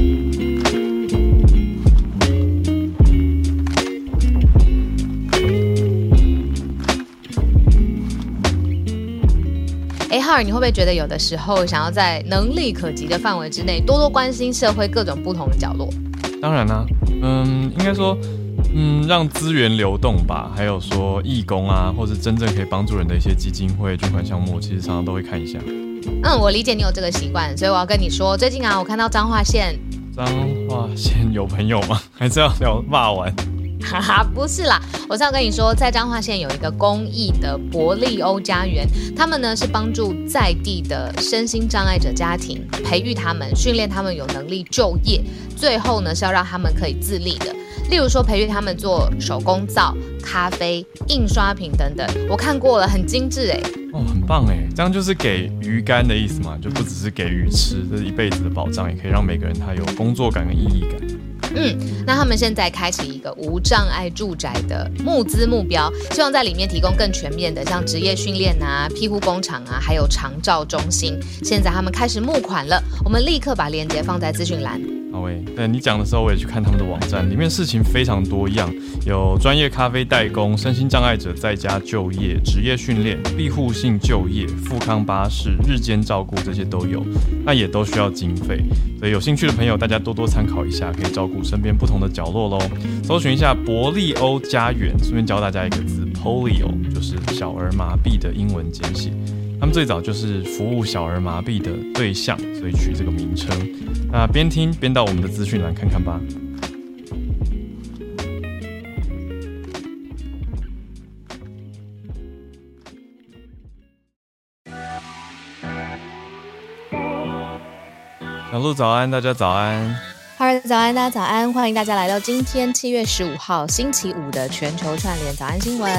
浩尔，你会不会觉得有的时候想要在能力可及的范围之内多多关心社会各种不同的角落？ 当然啦，应该说让资源流动吧，还有说义工啊，或是真正可以帮助人的一些基金会捐款项目，其实常常都会看一下。 我理解你有这个习惯，所以我要跟你说，最近啊，我看到彰化县有朋友吗？还是要聊骂完？ 哈哈，不是啦，我是要跟你说，在彰化县有一个公益的伯利欧家园，他们呢是帮助在地的身心障碍者家庭，培育他们，训练他们有能力就业，最后呢是要让他们可以自立的。例如说培育他们做手工皂、咖啡、印刷品等等，我看过了，很精致很棒这样就是给鱼竿的意思嘛，就不只是给鱼吃，这是一辈子的保障，也可以让每个人他有工作感跟意义感。 那他们现在开启一个无障碍住宅的募资目标，希望在里面提供更全面的像职业训练啊、庇护工厂啊，还有长照中心。现在他们开始募款了，我们立刻把链接放在资讯栏。 好对你讲的时候，我也去看他们的网站，里面事情非常多样，有专业咖啡代工、身心障碍者在家就业、职业训练、庇护性就业、富康巴士、日间照顾，这些都有，那也都需要经费，所以有兴趣的朋友，大家多多参考一下，可以照顾身边不同的角落咯。搜寻一下伯利欧家园，顺便教大家一个字 polio， 就是小儿麻痹的英文简写。他们最早就是服务小儿麻痹的对象，所以取这个名称。那边听边到我们的资讯栏看看吧。小鹿早安，大家早安。 浩儿早安，大家早安，欢迎大家来到今天7月15号星期五的全球串联早安新闻。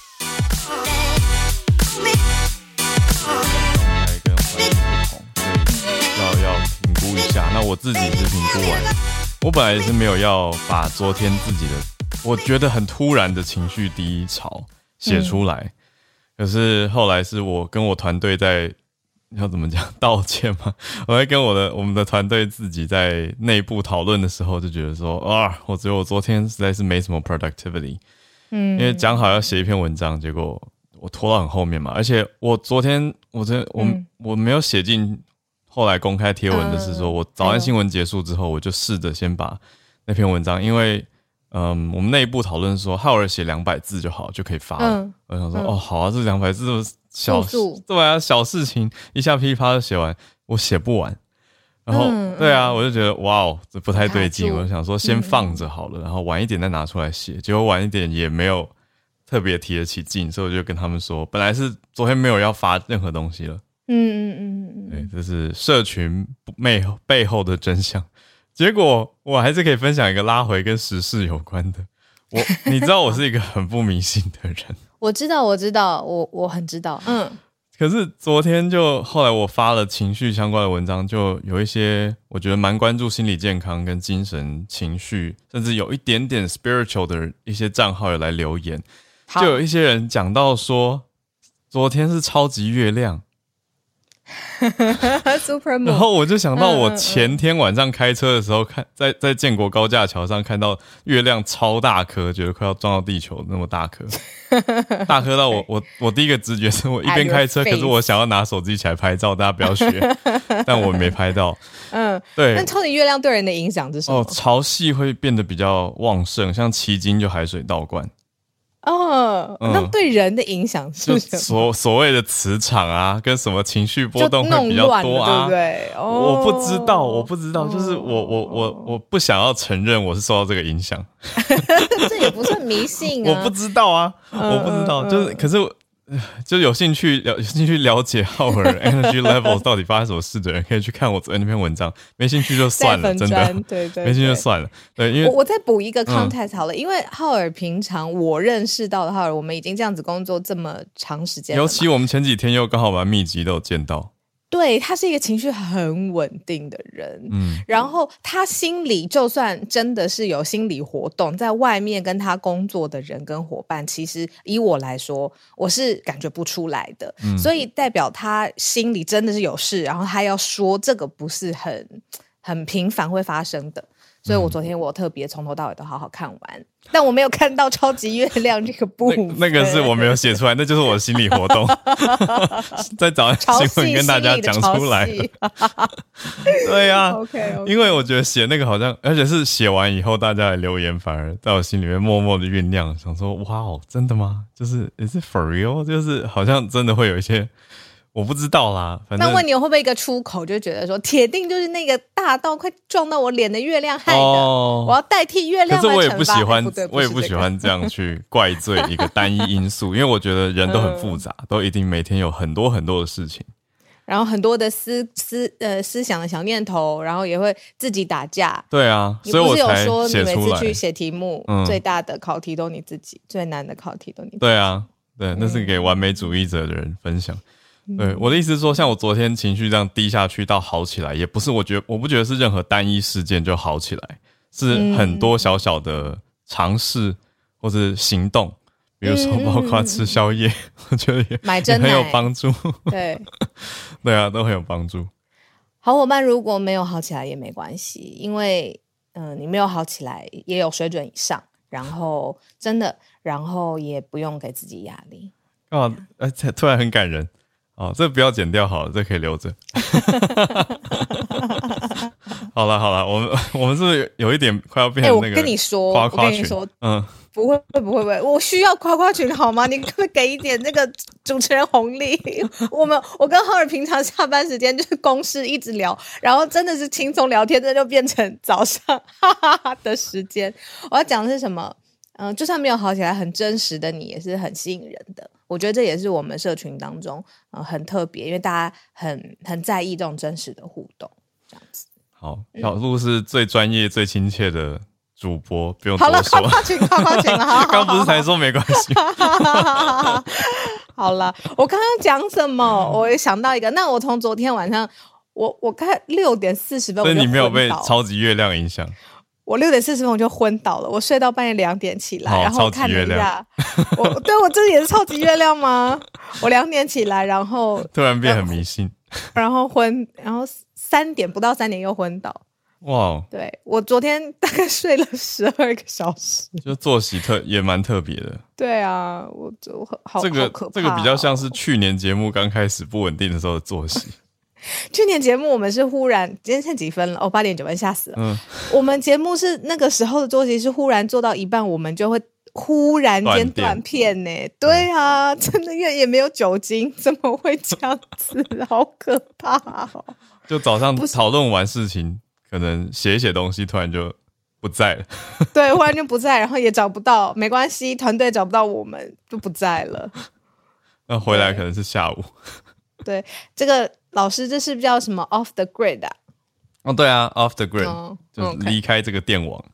那我自己是评估完，我本来也是没有要把昨天自己的我觉得很突然的情绪低潮写出来，可是后来是我跟我团队在要怎么讲道歉嘛，我在跟我们的团队自己在内部讨论的时候，就觉得说我觉得我昨天实在是没什么 productivity，因为讲好要写一篇文章，结果我拖到很后面嘛，而且我昨天我没有写进。后来公开贴文的是说，我早安新闻结束之后，我就试着先把那篇文章，因为我们内部讨论说，浩尔写200字就好，就可以发了。我想说，好啊，这200字都对啊，小事情一下噼里啪啦就写完，我写不完。然后对啊，我就觉得哇这不太对劲，我就想说先放着好了，然后晚一点再拿出来写。结果晚一点也没有特别提得起劲，所以我就跟他们说，本来是昨天没有要发任何东西了。对，这是社群背后的真相。结果我还是可以分享一个拉回跟时事有关的。你知道我是一个很不迷信的人。我知道，我很知道。可是昨天后来我发了情绪相关的文章，就有一些我觉得蛮关注心理健康跟精神情绪，甚至有一点点 spiritual 的一些账号有来留言，就有一些人讲到说，昨天是超级月亮。Super moon。 然后我就想到我前天晚上开车的时候在建国高架桥上看到月亮超大颗，觉得快要撞到地球那么大颗，大颗到我第一个直觉是我一边开车，可是我想要拿手机起来拍照，大家不要学，但我没拍到。对。那超级月亮对人的影响是什么？潮汐会变得比较旺盛，像旗津就海水倒灌。那对人的影响是什么？所谓的磁场啊，跟什么情绪波动会比较多啊，对不对？我不知道，就是我不想要承认我是受到这个影响。这也不算迷信啊。我不知道啊，我不知道，就是可是就有兴趣了解浩尔 energy levels 到底发生什么事的人，可以去看我昨天那篇文章。没兴趣就算了，真的，对，没兴趣就算了。对，因为我再补一个 context 好了，因为浩尔平常我认识到的浩尔，我们已经这样子工作这么长时间了，尤其我们前几天又刚好蛮密集都有见到。对，他是一个情绪很稳定的人，然后他心里就算真的是有心理活动，在外面跟他工作的人跟伙伴，其实以我来说，我是感觉不出来的，所以代表他心里真的是有事，然后他要说这个不是很频繁会发生的。所以我昨天我特别从头到尾都好好看完，但我没有看到超级月亮这个部分。 那个是我没有写出来，那就是我的心理活动。在找新闻跟大家讲出来。对啊 okay. 因为我觉得写那个好像，而且是写完以后大家来留言，反而在我心里面默默的酝酿，想说哇哦，真的吗？就是 is it for real？ 就是好像真的会有一些。我不知道啦，反正那问你会不会一个出口就觉得说，铁定就是那个大到快撞到我脸的月亮害的，我要代替月亮来惩罚。 可是我也不喜欢，我也不喜欢这样去怪罪一个单一因素，因为我觉得人都很复杂，都一定每天有很多很多的事情， 然后很多的思想的小念头，然后也会自己打架。 对啊，所以我才写出来。你不是有说你每次去写题目，最大的考题都你自己，最难的考题都你自己。 对啊，对，那是给完美主义者的人分享。对，我的意思是说，像我昨天情绪这样低下去到好起来，也不是我不觉得是任何单一事件就好起来，是很多小小的尝试或者行动，比如说包括吃宵夜，我觉得也很有帮助。 对， 对啊，都很有帮助。 好伙伴如果没有好起来也没关系，因为你没有好起来也有水准以上，然后真的，然后也不用给自己压力。 哦，突然很感人。哦，这不要剪掉好了，这可以留着。好了，我们是不是有一点快要变成那个我跟你说，不会，我需要夸夸群好吗？你可不可以给一点那个主持人红利？我跟浩尔平常下班时间就是公事一直聊，然后真的是轻松聊天，这就变成早上哈哈哈的时间。我要讲的是什么？就算没有好起来，很真实的你也是很吸引人的。我觉得这也是我们社群当中很特别，因为大家很在意这种真实的互动，这样子。 好，小鹿是最专业、最亲切的主播，不用多说。 好了，夸夸群了。 刚不是才说没关系？ 好了，我刚刚讲什么？我也想到一个。那我从昨天晚上，我看6点40分， 所以你没有被超级月亮影响。 我6点40分我就昏倒了，我睡到半夜2点起来，然后看了一下，我这也是超级月亮吗？我2点起来，然后突然变很迷信， 然后不到3点又昏倒。 哇！ 对，我昨天大概睡了12个小时， 就作息也蛮特别的。 对啊，我就好可怕。 这个比较像是去年节目刚开始不稳定的时候的作息。 去年节目我们是忽然，今天现几分了？8点9分，吓死了。我们节目是那个时候的作息是忽然做到一半，我们就会忽然间断片呢。对啊，真的也没有酒精，怎么会这样子？好可怕哦！ 就早上讨论完事情，可能写一写东西，突然就不在了。 对，忽然就不在，然后也找不到，没关系，团队找不到我们就不在了。 那回来可能是下午。 对，这个老师这是叫什么 off the grid 啊？ 哦，对啊 ，off the grid，就是离开这个电网，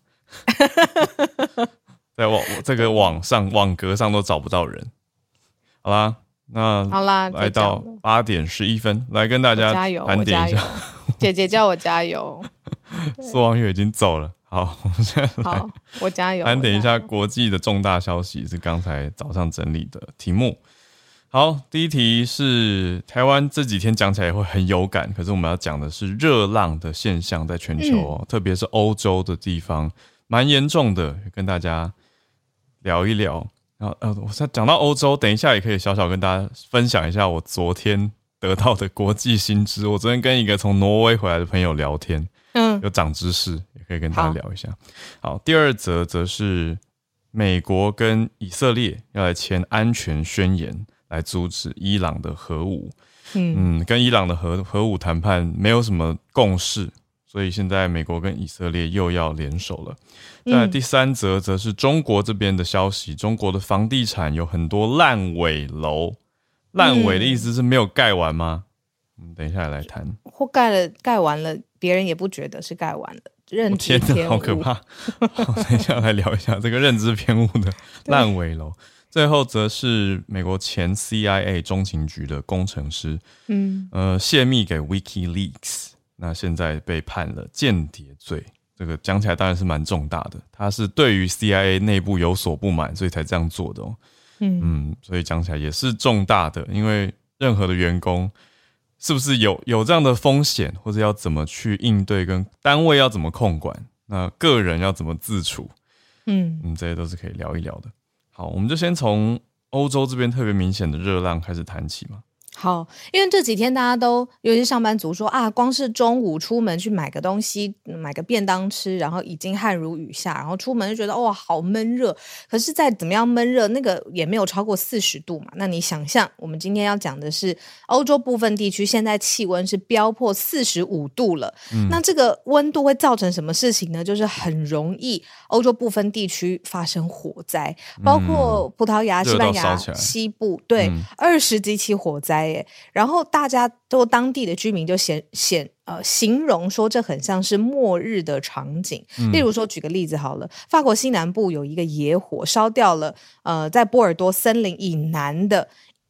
在这个网格上都找不到人。好啦，来到8点11分，来跟大家盘点一下。 姐姐叫我加油。 苏王月已经走了，好，我们现在来， 我加油。 盘点一下国际的重大消息，是刚才早上整理的题目。好，第一题是台湾这几天讲起来也会很有感，可是我们要讲的是热浪的现象在全球特别是欧洲的地方蛮严重的，跟大家聊一聊。然后我讲到欧洲，等一下也可以小小跟大家分享一下我昨天得到的国际新知。我昨天跟一个从挪威回来的朋友聊天，有长知识，也可以跟大家聊一下。好，第二则则是美国跟以色列要来签安全宣言，来阻止伊朗的核武。跟伊朗的核武谈判没有什么共识，所以现在美国跟以色列又要联手了。再来第三则则是中国这边的消息，中国的房地产有很多烂尾楼。烂尾的意思是没有盖完吗？等一下来谈。 或盖完了，别人也不觉得是盖完了，认知偏误。 天哪，好可怕！好，等一下来聊一下这个认知偏误的烂尾楼。最后则是美国前 CIA 中情局的工程师，泄密给 WikiLeaks， 那现在被判了间谍罪。这个讲起来当然是蛮重大的，他是对于 CIA 内部有所不满，所以才这样做的哦。所以讲起来也是重大的，因为任何的员工是不是有这样的风险，或者要怎么去应对，跟单位要怎么控管，那个人要怎么自处，这些都是可以聊一聊的。好，我们就先从欧洲这边特别明显的热浪开始谈起嘛。 好，因为这几天大家都，尤其上班族说啊，光是中午出门去买个东西，买个便当吃，然后已经汗如雨下，然后出门就觉得哇好闷热，可是再怎么样闷热，那个也没有超过40度嘛。那你想象我们今天要讲的是欧洲部分地区现在气温是飙破45度了，那这个温度会造成什么事情呢？就是很容易欧洲部分地区发生火灾，包括葡萄牙、西班牙西部，对，20几起火灾。然后大家都当地的居民就形容说这很像是末日的场景。例如说举个例子好了，法国西南部有一个野火烧掉了在波尔多森林以南的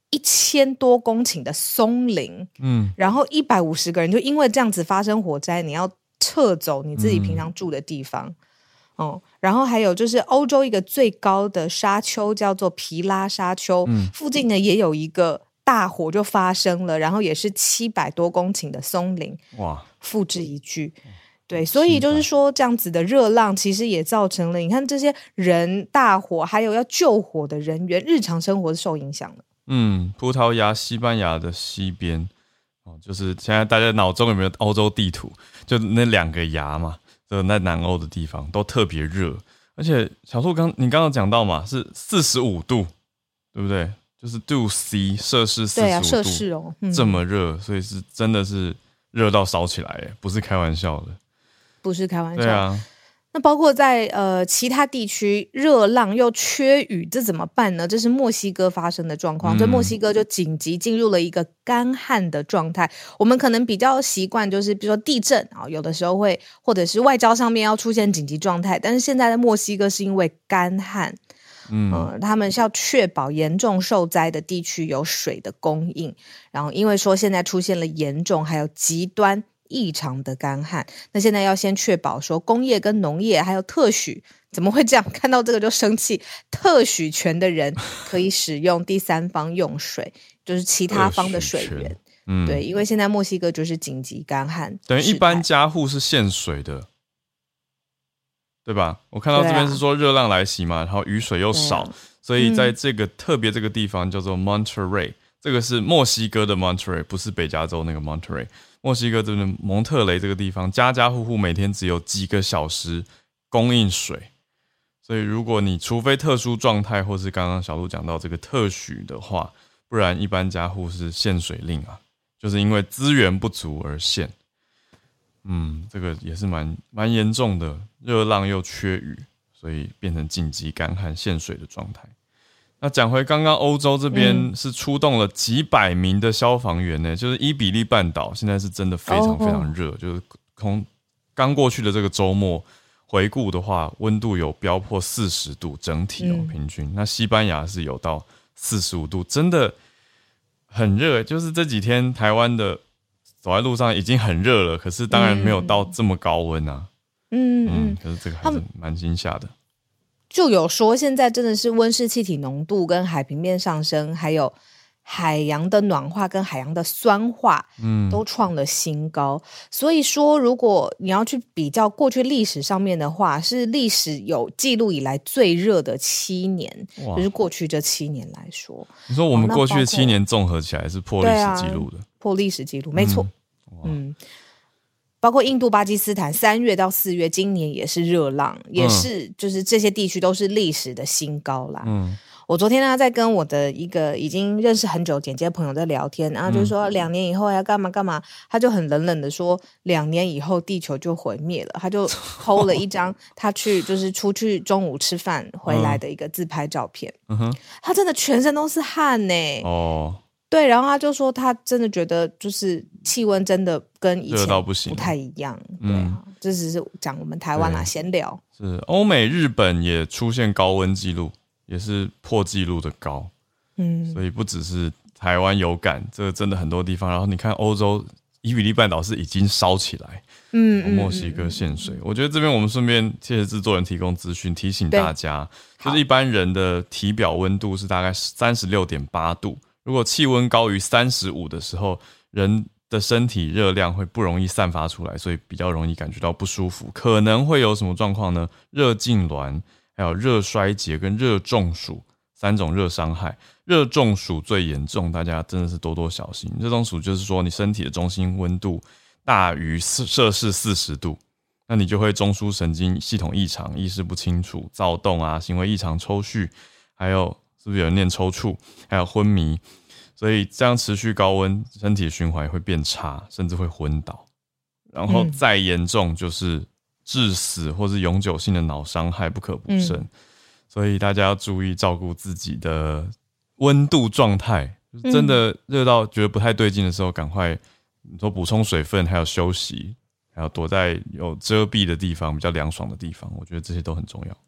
1000多公顷的松林，然后150个人就因为这样子发生火灾，你要撤走你自己平常住的地方。然后还有就是欧洲一个最高的沙丘叫做皮拉沙丘，附近呢也有一个大火就发生了，然后也是700多公顷的松林，哇，付之一炬。对，所以就是说这样子的热浪其实也造成了，你看这些人大火还有要救火的人员日常生活受影响了。 葡萄牙、西班牙的西边，就是现在大家脑中有没有欧洲地图？就那2个牙嘛，就在南欧的地方都特别热，而且小兔你刚刚讲到嘛，是45度，对不对？就是度 C 摄氏45度， 对啊，摄氏哦， 这么热，所以是真的是热到烧起来耶，不是开玩笑的， 不是开玩笑。 对啊， 那包括在其他地区热浪又缺雨，这怎么办呢？这是墨西哥发生的状况，所以墨西哥就紧急进入了一个干旱的状态。我们可能比较习惯就是比如说地震啊，有的时候会或者是外交上面要出现紧急状态，但是现在的墨西哥是因为干旱。他们是要确保严重受灾的地区有水的供应，然后因为说现在出现了严重还有极端异常的干旱，那现在要先确保说工业跟农业还有特许，怎么会这样？看到这个就生气，特许权的人可以使用第三方用水，就是其他方的水源。对，因为现在墨西哥就是紧急干旱， 等于一般家户是限水的，对吧？我看到这边是说热浪来袭嘛，然后雨水又少，所以在这个特别这个地方叫做 Monterey， 这个是墨西哥的 Monterey， 不是北加州那个 Monterey。墨西哥这边蒙特雷这个地方，家家户户每天只有几个小时供应水，所以如果你除非特殊状态，或是刚刚小鹿讲到这个特许的话，不然一般家户是限水令啊，就是因为资源不足而限。这个也是蛮严重的，热浪又缺雨，所以变成紧急干旱限水的状态。那讲回刚刚欧洲这边是出动了几百名的消防员呢，就是伊比利半岛现在是真的非常非常热，就是刚过去的这个周末回顾的话，温度有飙破40度整体平均。那西班牙是有到45度，真的很热，就是这几天台湾的走在路上已经很热了，可是当然没有到这么高温啊。可是这个还是蛮惊吓的。 就有说现在真的是温室气体浓度跟海平面上升，还有海洋的暖化跟海洋的酸化都创了新高。所以说如果你要去比较过去历史上面的话，是历史有记录以来最热的7年，就是过去这7年来说。 你说我们过去的7年综合起来是破历史记录的， 破历史记录没错。包括印度、巴基斯坦3月到4月今年也是热浪，也是就是这些地区都是历史的新高啦。我昨天呢在跟我的一个已经认识很久剪接朋友在聊天，然后就说2年以后要干嘛干嘛，他就很冷冷的说2年以后地球就毁灭了，他就 po 了一张他就是出去中午吃饭回来的一个自拍照片。他真的全身都是汗呢。对，然后他就说他真的觉得就是气温真的跟以前不太一样。对啊，这只是讲我们台湾啦，闲聊。 是欧美日本也出现高温记录，也是破纪录的高。所以不只是台湾有感，这个真的很多地方。然后你看欧洲伊比利半岛是已经烧起来，墨西哥限水。我觉得这边我们顺便谢谢制作人提供资讯，提醒大家，就是一般人的体表温度是大概 36.8 度。如果气温高于35的时候，人的身体热量会不容易散发出来，所以比较容易感觉到不舒服。可能会有什么状况呢？热痉挛，还有热衰竭跟热中暑3种热伤害。热中暑最严重，大家真的是多多小心。热中暑就是说你身体的中心温度大于摄氏40度，那你就会中枢神经系统异常，意识不清楚，躁动啊，行为异常，抽搐，还有是不是有人念抽搐，还有昏迷。所以这样持续高温，身体循环会变差，甚至会昏倒。然后再严重就是致死或是永久性的脑伤害，不可不慎。所以大家要注意照顾自己的温度状态，真的热到觉得不太对劲的时候，赶快你说补充水分，还有休息，还有躲在有遮蔽的地方，比较凉爽的地方，我觉得这些都很重要。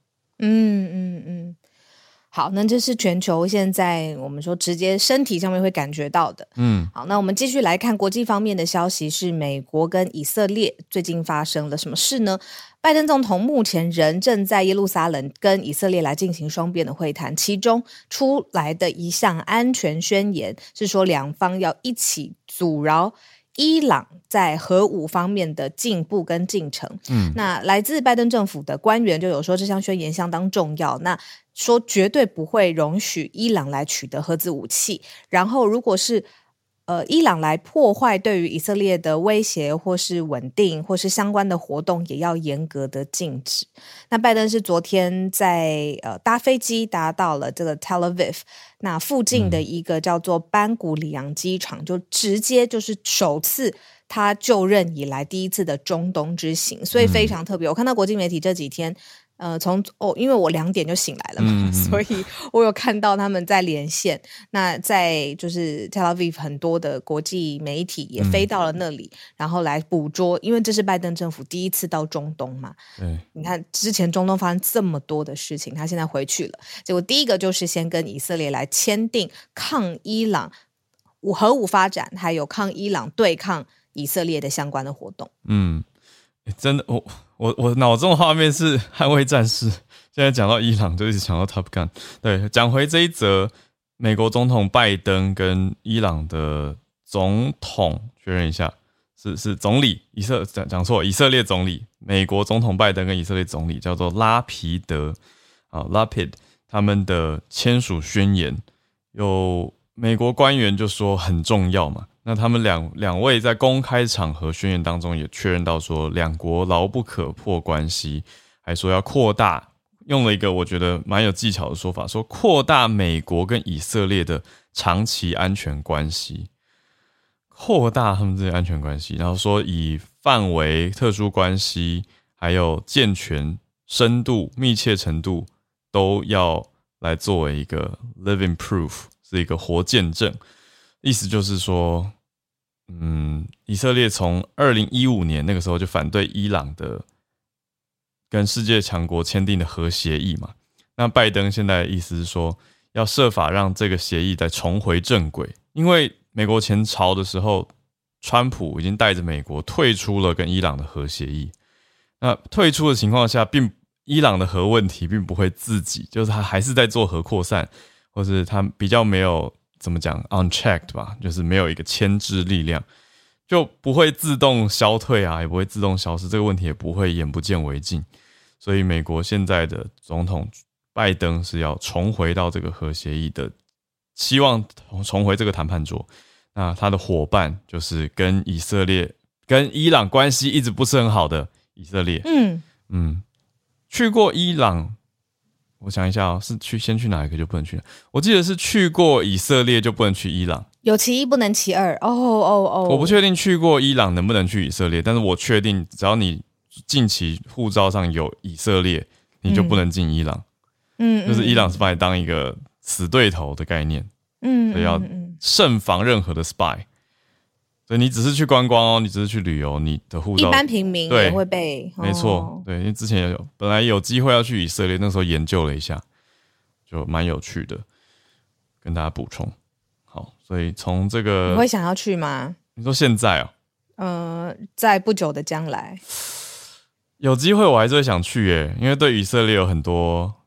好，那这是全球现在我们说直接身体上面会感觉到的。好，那我们继续来看国际方面的消息，是美国跟以色列最近发生了什么事呢？拜登总统目前人正在耶路撒冷跟以色列来进行双边的会谈，其中出来的一项安全宣言是说两方要一起阻挠伊朗在核武方面的进步跟进程。那来自拜登政府的官员就有说这项宣言相当重要，那说绝对不会容许伊朗来取得核子武器，然后如果是伊朗来破坏对于以色列的威胁或是稳定或是相关的活动，也要严格的禁止。那拜登是昨天在搭飞机搭到了这个 Tel Aviv， 那附近的一个叫做班古里昂机场，就直接就是首次他就任以来第一次的中东之行，所以非常特别。我看到国际媒体这几天因为我2点就醒来了嘛，所以我有看到他们在连线。那在就是 Tel Aviv 很多的国际媒体也飞到了那里，然后来捕捉，因为这是拜登政府第一次到中东嘛。你看之前中东发生这么多的事情，他现在回去了，结果第一个就是先跟以色列来签订抗伊朗核武发展，还有抗伊朗对抗以色列的相关的活动。 真的，我脑中的画面是捍卫战士。现在讲到伊朗，就一直想到 Top Gun。对，讲回这一则，美国总统拜登跟伊朗的总统确认一下，是总理，讲错，以色列总理，美国总统拜登跟以色列总理叫做拉皮德Lapid， 他们的签署宣言，有美国官员就说很重要嘛。那他们两位在公开场合宣言当中也确认到说，两国牢不可破关系，还说要扩大，用了一个我觉得蛮有技巧的说法，说扩大美国跟以色列的长期安全关系，扩大他们这些安全关系，然后说以范围、特殊关系，还有健全、深度、密切程度都要来作为一个 living proof， 是一个活见证。意思就是说，以色列从2015年那个时候就反对伊朗的跟世界强国签订的核协议嘛。那拜登现在的意思是说，要设法让这个协议再重回正轨，因为美国前朝的时候，川普已经带着美国退出了跟伊朗的核协议。那退出的情况下，伊朗的核问题并不会自己，就是他还是在做核扩散，或是他比较没有怎么讲 unchecked 吧，就是没有一个牵制力量，就不会自动消退啊，也不会自动消失，这个问题也不会眼不见为净。所以美国现在的总统拜登是要重回到这个核协议的，希望重回这个谈判桌。那他的伙伴就是跟以色列、跟伊朗关系一直不是很好的以色列。去过伊朗。我想一下是先去哪一个就不能去？我记得是去过以色列就不能去伊朗， 有其一不能其二。我不确定去过伊朗能不能去以色列，但是我确定只要你近期护照上有以色列，你就不能进伊朗。就是伊朗是把你当一个死对头的概念，所以要慎防任何的 spy。所以你只是去观光哦，你只是去旅游，你的护照一般平民也会被， 没错，对，因为之前本来有机会要去以色列，那时候研究了一下，就蛮有趣的，跟大家补充。好，所以从这个你会想要去吗？ 你说现在在不久的将来， 有机会我还是会想去耶，因为对以色列有很多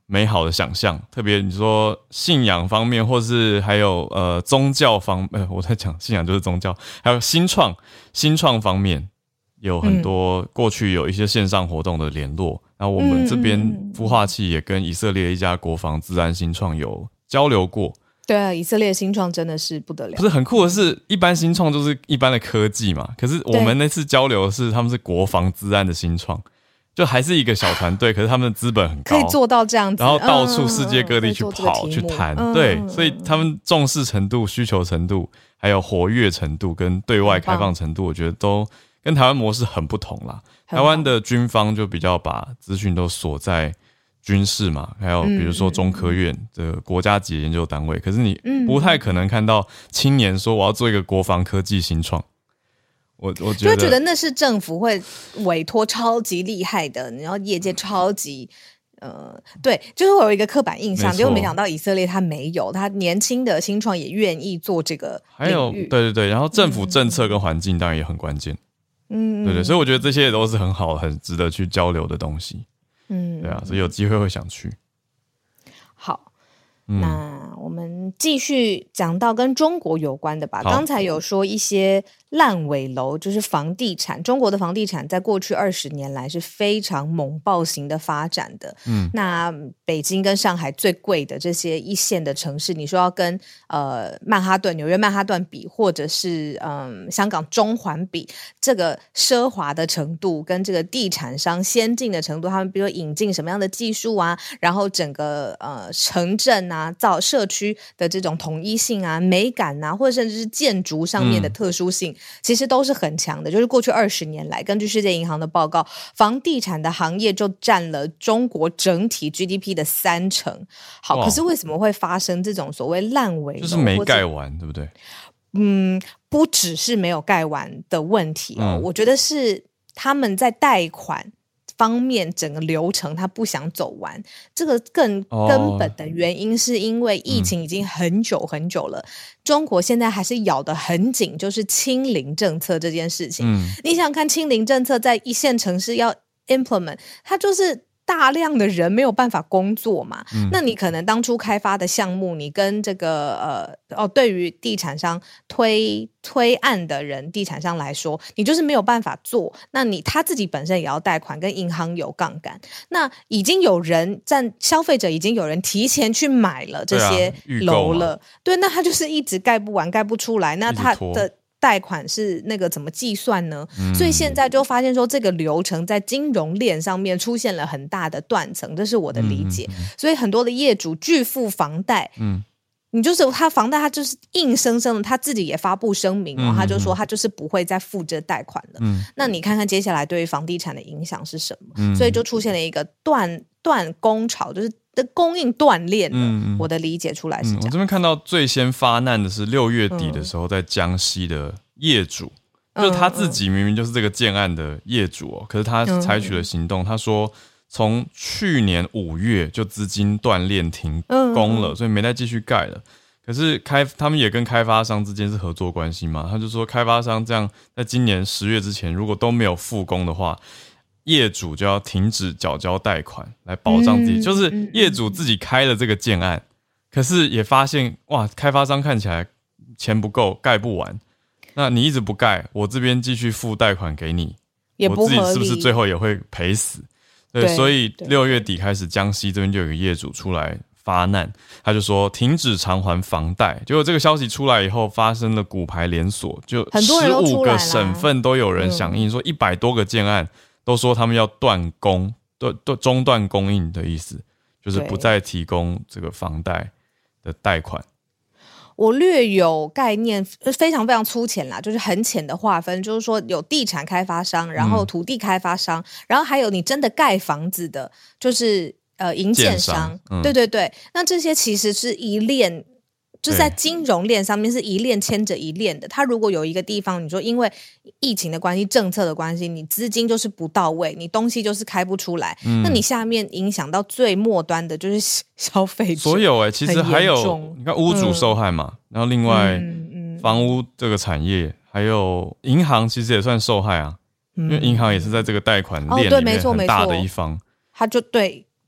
美好的想象，特别你说信仰方面，或是还有宗教方我在讲信仰就是宗教，还有新创方面有很多过去有一些线上活动的联络，然后我们这边孵化器也跟以色列一家国防资安新创有交流过。 对啊，以色列新创真的是不得了。 不是很酷的是，一般新创就是一般的科技嘛，可是我们那次交流的是他们是国防资安的新创，就还是一个小团队，可是他们的资本很高， 可以做到这样子， 然后到处世界各地去跑去谈，对，所以他们重视程度、需求程度，还有活跃程度跟对外开放程度，我觉得都跟台湾模式很不同啦。台湾的军方就比较把资讯都锁在军事嘛，还有比如说中科院的国家级研究单位，可是你不太可能看到青年说我要做一个国防科技新创。我觉得那是政府会委托超级厉害的，然后业界超级对，就是我有一个刻板印象，结果没想到以色列他没有，他年轻的新创也愿意做这个领域。还有对，然后政府政策跟环境当然也很关键。对，所以我觉得这些也都是很好很值得去交流的东西。对啊，所以有机会会想去。 好，那我们继续讲到跟中国有关的吧。刚才有说一些烂尾楼，就是房地产，中国的房地产在过去20年来是非常猛爆型的发展的。那北京跟上海最贵的这些一线的城市，你说要跟曼哈顿、纽约曼哈顿比，或者是香港中环比，这个奢华的程度跟这个地产商先进的程度，他们比如说引进什么样的技术啊，然后整个城镇啊、社区的这种统一性啊、美感啊，或者甚至是建筑上面的特殊性，其实都是很强的。就是过去20年来，根据世界银行的报告，房地产的行业就占了中国整体 GDP 的30%。好，可是为什么会发生这种所谓烂尾楼？ 就是没盖完，对不对？ 不只是没有盖完的问题我觉得是他们在贷款方面整个流程他不想走完，这个更根本的原因是因为疫情已经很久很久了，中国现在还是咬得很紧，就是清零政策这件事情。你想想看，清零政策在一线城市要 implement， 它就是大量的人没有办法工作嘛，那你可能当初开发的项目，你跟这个对于地产商推案的人，地产商来说，你就是没有办法做。那他自己本身也要贷款，跟银行有杠杆。那已经有人消费者已经有人提前去买了这些楼了，对，那他就是一直盖不完，盖不出来，那他的贷款是那个怎么计算呢？所以现在就发现说，这个流程在金融链上面出现了很大的断层，这是我的理解。所以很多的业主拒付房贷，你就是他房贷，他就是硬生生的，他自己也发布声明他就说他就是不会再付这贷款了。那你看看接下来对于房地产的影响是什么？所以就出现了一个断供潮，就是的供应断裂了。我的理解出来是这样。 我这边看到最先发难的是6月底的时候，在江西的业主，就是他自己明明就是这个建案的业主可是他采取了行动，他说从去年5月就资金断裂停工了，所以没再继续盖了。可是他们也跟开发商之间是合作关系嘛，他就说开发商这样在今年10月之前如果都没有复工的话，业主就要停止缴交贷款来保障自己。就是业主自己开了这个建案，可是也发现哇，开发商看起来钱不够，盖不完，那你一直不盖，我这边继续付贷款给你， 也不合理， 我自己是不是最后也会赔死？对，所以6月底开始，江西这边就有个业主出来发难，他就说停止偿还房贷。结果这个消息出来以后，发生了骨牌连锁，就15个省份都有人响应，说100多个建案都说他们要断供，中断供应的意思，就是不再提供这个房贷的贷款。 我略有概念，非常非常粗浅啦，就是很浅的划分，就是说有地产开发商，然后土地开发商，然后还有你真的盖房子的，就是营建商，对，那这些其实是一链，就是在金融链上面是一链牵着一链的。它如果有一个地方，你说因为疫情的关系、政策的关系，你资金就是不到位，你东西就是开不出来，那你下面影响到最末端的就是消费者。 所有其实还有你看屋主受害嘛，然后另外房屋这个产业，还有银行其实也算受害啊，因为银行也是在这个贷款链里面很大的一方。 他就对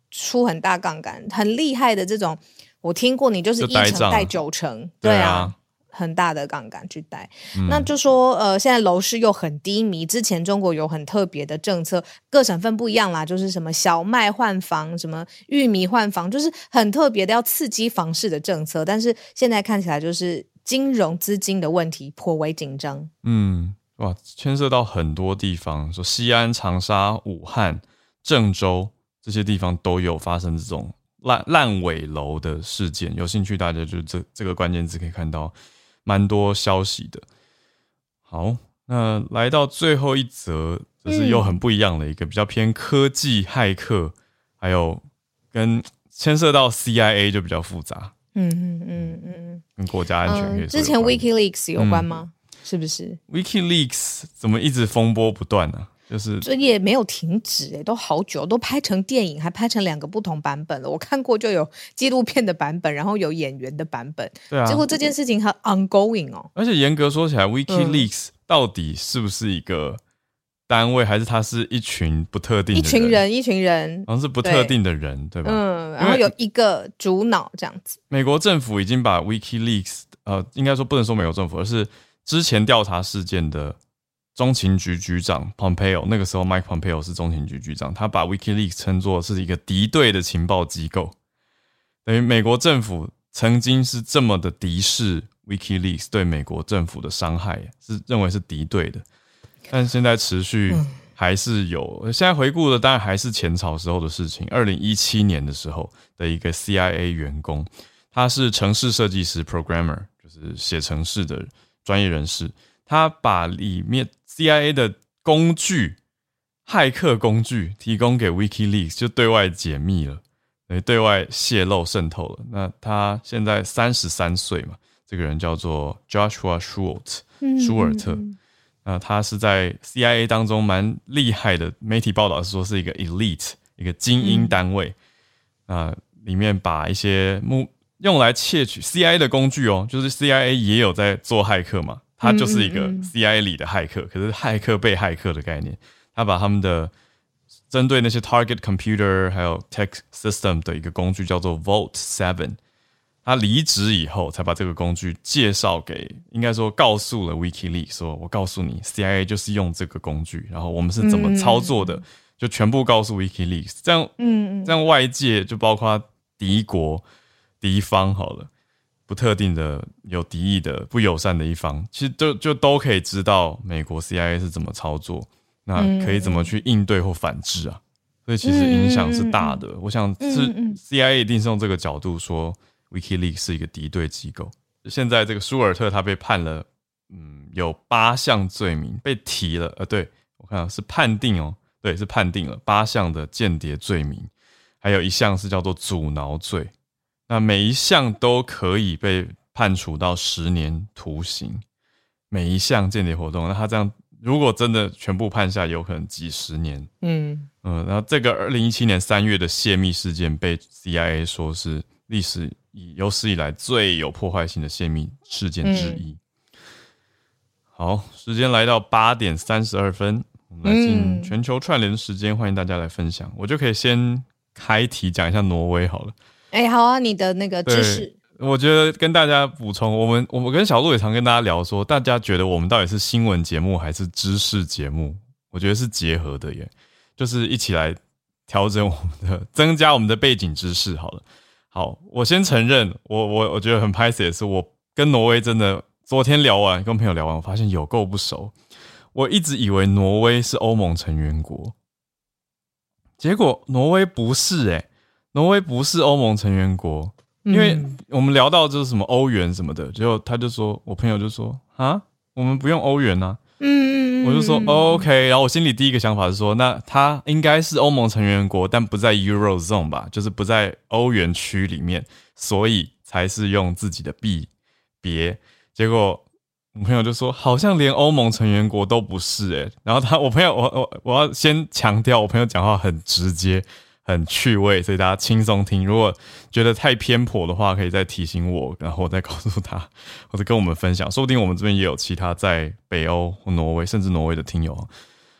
出很大杠杆，很厉害的这种，我听过你就是1成贷9成，对啊。很大的杠杆去贷，那就说现在楼市又很低迷，之前中国有很特别的政策，各省份不一样啦，就是什么小麦换房，什么玉米换房，就是很特别的要刺激房市的政策，但是现在看起来就是金融资金的问题颇为紧张。 哇，牵涉到很多地方，说西安、长沙、武汉、郑州这些地方都有发生这种烂尾楼的事件，有兴趣大家就这个关键字可以看到蛮多消息的。好，那来到最后一则，就是又很不一样的一个比较偏科技骇客，还有跟牵涉到 CIA 就比较复杂。跟国家安全可以说有关。之前 WikiLeaks 有关吗？是不是 ？WikiLeaks 怎么一直风波不断呢？就是这也没有停止都好久，都拍成电影，还拍成2个不同版本了。我看过就有纪录片的版本，然后有演员的版本。 对啊， 结果这件事情还 ongoing 而且严格说起来 ，WikiLeaks 到底是不是一个单位，还是它是一群不特定的人？ 一群人， 好像是不特定的人， 对吧？ 然后有一个主脑这样子。 美国政府已经把 WikiLeaks，应该说不能说美国政府，而是之前调查事件的中情局局长 Pompeo， 那个时候 Mike Pompeo 是中情局局长，他把 WikiLeaks 称作是一个敌对的情报机构，等于美国政府曾经是这么的敌视 WikiLeaks 对美国政府的伤害，是认为是敌对的，但现在持续还是有。现在回顾的当然还是前朝时候的事情，2017年的时候的一个 CIA 员工，他是程式设计师 programmer， 就是写程式的专业人士，他把里面 CIA 的工具，骇客工具提供给 WikiLeaks， 就对外解密了，对外泄露渗透了。那他现在33岁嘛，这个人叫做 Joshua Schwartz， 舒尔特。那他是在 CIA 当中蛮厉害的，媒体报道是说是一个 elite， 一个精英单位。里面把一些用来窃取 CIA 的工具就是 CIA 也有在做骇客嘛。他就是一个 CIA 里的骇客，可是骇客被骇客的概念，他把他们的针对那些 target computer 还有 tech system 的一个工具叫做 Vault 7， 他离职以后才把这个工具介绍给，应该说告诉了 WikiLeaks， 说我告诉你 CIA 就是用这个工具，然后我们是怎么操作的，就全部告诉 WikiLeaks， 这样外界就包括敌国敌方好了，不特定的有敌意的不友善的一方，其实就都可以知道美国 CIA 是怎么操作，那可以怎么去应对或反制啊，所以其实影响是大的。我想是 CIA 一定是用这个角度说 WikiLeaks 是一个敌对机构。现在这个舒尔特他被判了有8项罪名被提了，对，我看是判定对，是判定了8项的间谍罪名，还有1项是叫做阻挠罪。那每一项都可以被判处到10年徒刑，每一项间谍活动，那他这样如果真的全部判下，有可能几10年。然后这个2017年3月的泄密事件被 CIA 说是历史有史以来最有破坏性的泄密事件之一。好，时间来到8点32分，我们来进全球串联时间，欢迎大家来分享。我就可以先开题讲一下挪威好了。 好啊，你的那个知识， 我觉得跟大家补充，我们跟小鹿也常跟大家聊说，大家觉得我们到底是新闻节目还是知识节目？我觉得是结合的耶，就是一起来调整我们的，增加我们的背景知识好了。好，我先承认，我觉得很拍死，是我跟挪威真的昨天聊完，跟朋友聊完，我发现有够不熟。我一直以为挪威是欧盟成员国，结果挪威不是挪威不是欧盟成员国，因为我们聊到就是什么欧元什么的，结果他就说，我朋友就说我们不用欧元啊，我就说 OK， 然后我心里第一个想法是说，那他应该是欧盟成员国，但不在 Eurozone 吧，就是不在欧元区里面，所以才是用自己的币别。结果我朋友就说，好像连欧盟成员国都不是然后我朋友我要先强调，我朋友讲话很直接。很趣味，所以大家轻松听。如果觉得太偏颇的话，可以再提醒我，然后我再告诉他，或者跟我们分享。说不定我们这边也有其他在北欧或挪威，甚至挪威的听友。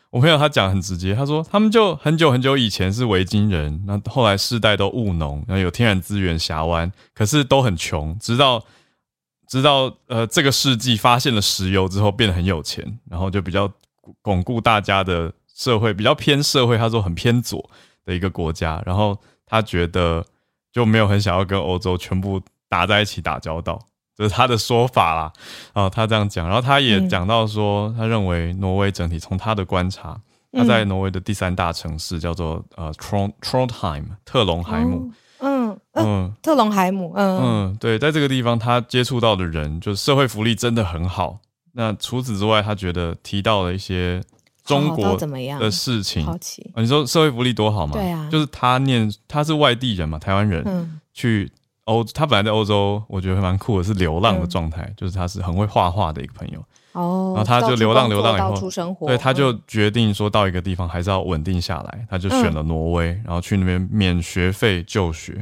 我朋友他讲很直接，他说他们就很久很久以前是维京人，那后来世代都务农，然后有天然资源峡湾，可是都很穷，直到这个世纪发现了石油之后变得很有钱，然后就比较巩固大家的社会，比较偏社会，他说很偏左的一个国家，然后他觉得就没有很想要跟欧洲全部打在一起打交道，这是他的说法啦。他这样讲，然后他也讲到说，他认为挪威整体从他的观察，他在挪威的第3大城市叫做Trondheim 特隆海姆。 特隆海姆， 对，在这个地方他接触到的人，就是社会福利真的很好。那除此之外，他觉得提到了一些中国的事情。 好奇， 你说社会福利多好吗？ 对啊， 就是他是外地人嘛，台湾人，去他本来在欧洲，我觉得蛮酷的，是流浪的状态，就是他是很会画画的一个朋友。然后他就流浪以后，对，他就决定说到一个地方还是要稳定下来，他就选了挪威，然后去那边免学费就学。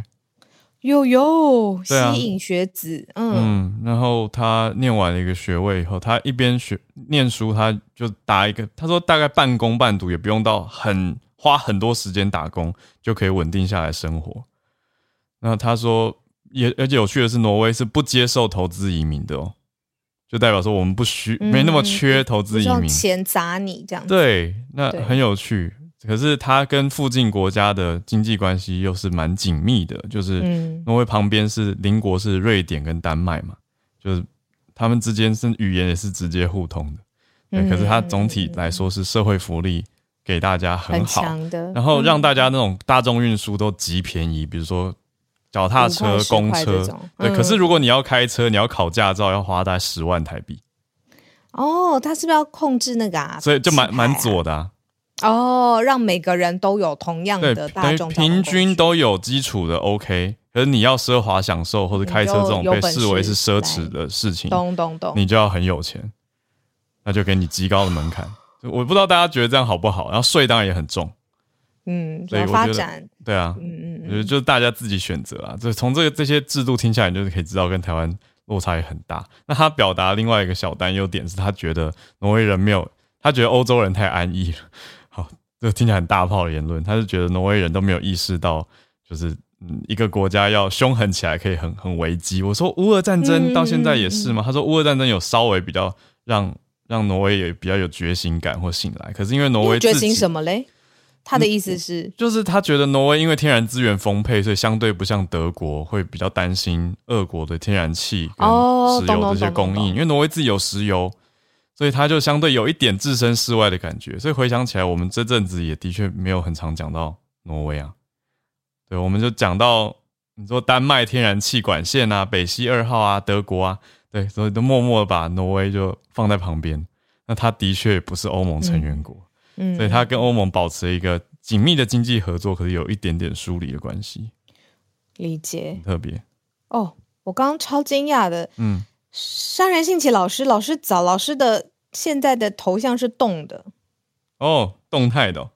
吸引学子， 然后他念完了一个学位以后，他一边念书，他就他说大概半工半读，也不用到花很多时间打工，就可以稳定下来生活。那他说而且有趣的是，挪威是不接受投资移民的哦，就代表说我们没那么缺投资移民， 不钱砸你这样子。 对，那很有趣。可是它跟附近国家的经济关系又是蛮紧密的，就是挪威旁边是邻国是瑞典跟丹麦嘛，就是他们之间是语言也是直接互通的。对，可是它总体来说是社会福利给大家很好， 很强的， 然后让大家那种大众运输都极便宜，比如说脚踏车、公车。对，可是如果你要开车，你要考驾照，要花大概10万台币。 他是不是要控制那个啊？ 所以就蛮左的啊。 让每个人都有同样的大众交通工具， 平均都有基础的 OK， 可是你要奢华享受或者开车这种被视为是奢侈的事情， 懂， 你就要很有钱，那就给你极高的门槛。我不知道大家觉得这样好不好，然后税当然也很重， 所以我觉得对啊，我觉得就是大家自己选择啊。从这些制度听下来，你就可以知道跟台湾落差也很大。那他表达另外一个小担忧点是，他觉得挪威人他觉得欧洲人太安逸了。好，这听起来很大炮的言论，他是觉得挪威人都没有意识到，就是一个国家要凶狠起来可以很危机。我说乌俄战争到现在也是吗？他说乌俄战争有稍微比较让挪威也比较有决心感或醒来，可是因为挪威自己决心什么嘞？他的意思是， 就是他觉得挪威因为天然资源丰沛，所以相对不像德国会比较担心俄国的天然气跟石油这些供应，因为挪威自己有石油。所以他就相对有一点置身事外的感觉，所以回想起来，我们这阵子也的确没有很常讲到挪威啊。对，我们就讲到你说丹麦天然气管线啊、北溪2号啊、德国啊，对，所以都默默的把挪威就放在旁边。那他的确不是欧盟成员国，所以他跟欧盟保持一个紧密的经济合作，可是有一点点疏离的关系。 理解， 很特别我刚刚超惊讶的，山人信起老师的现在的头像是动的动态的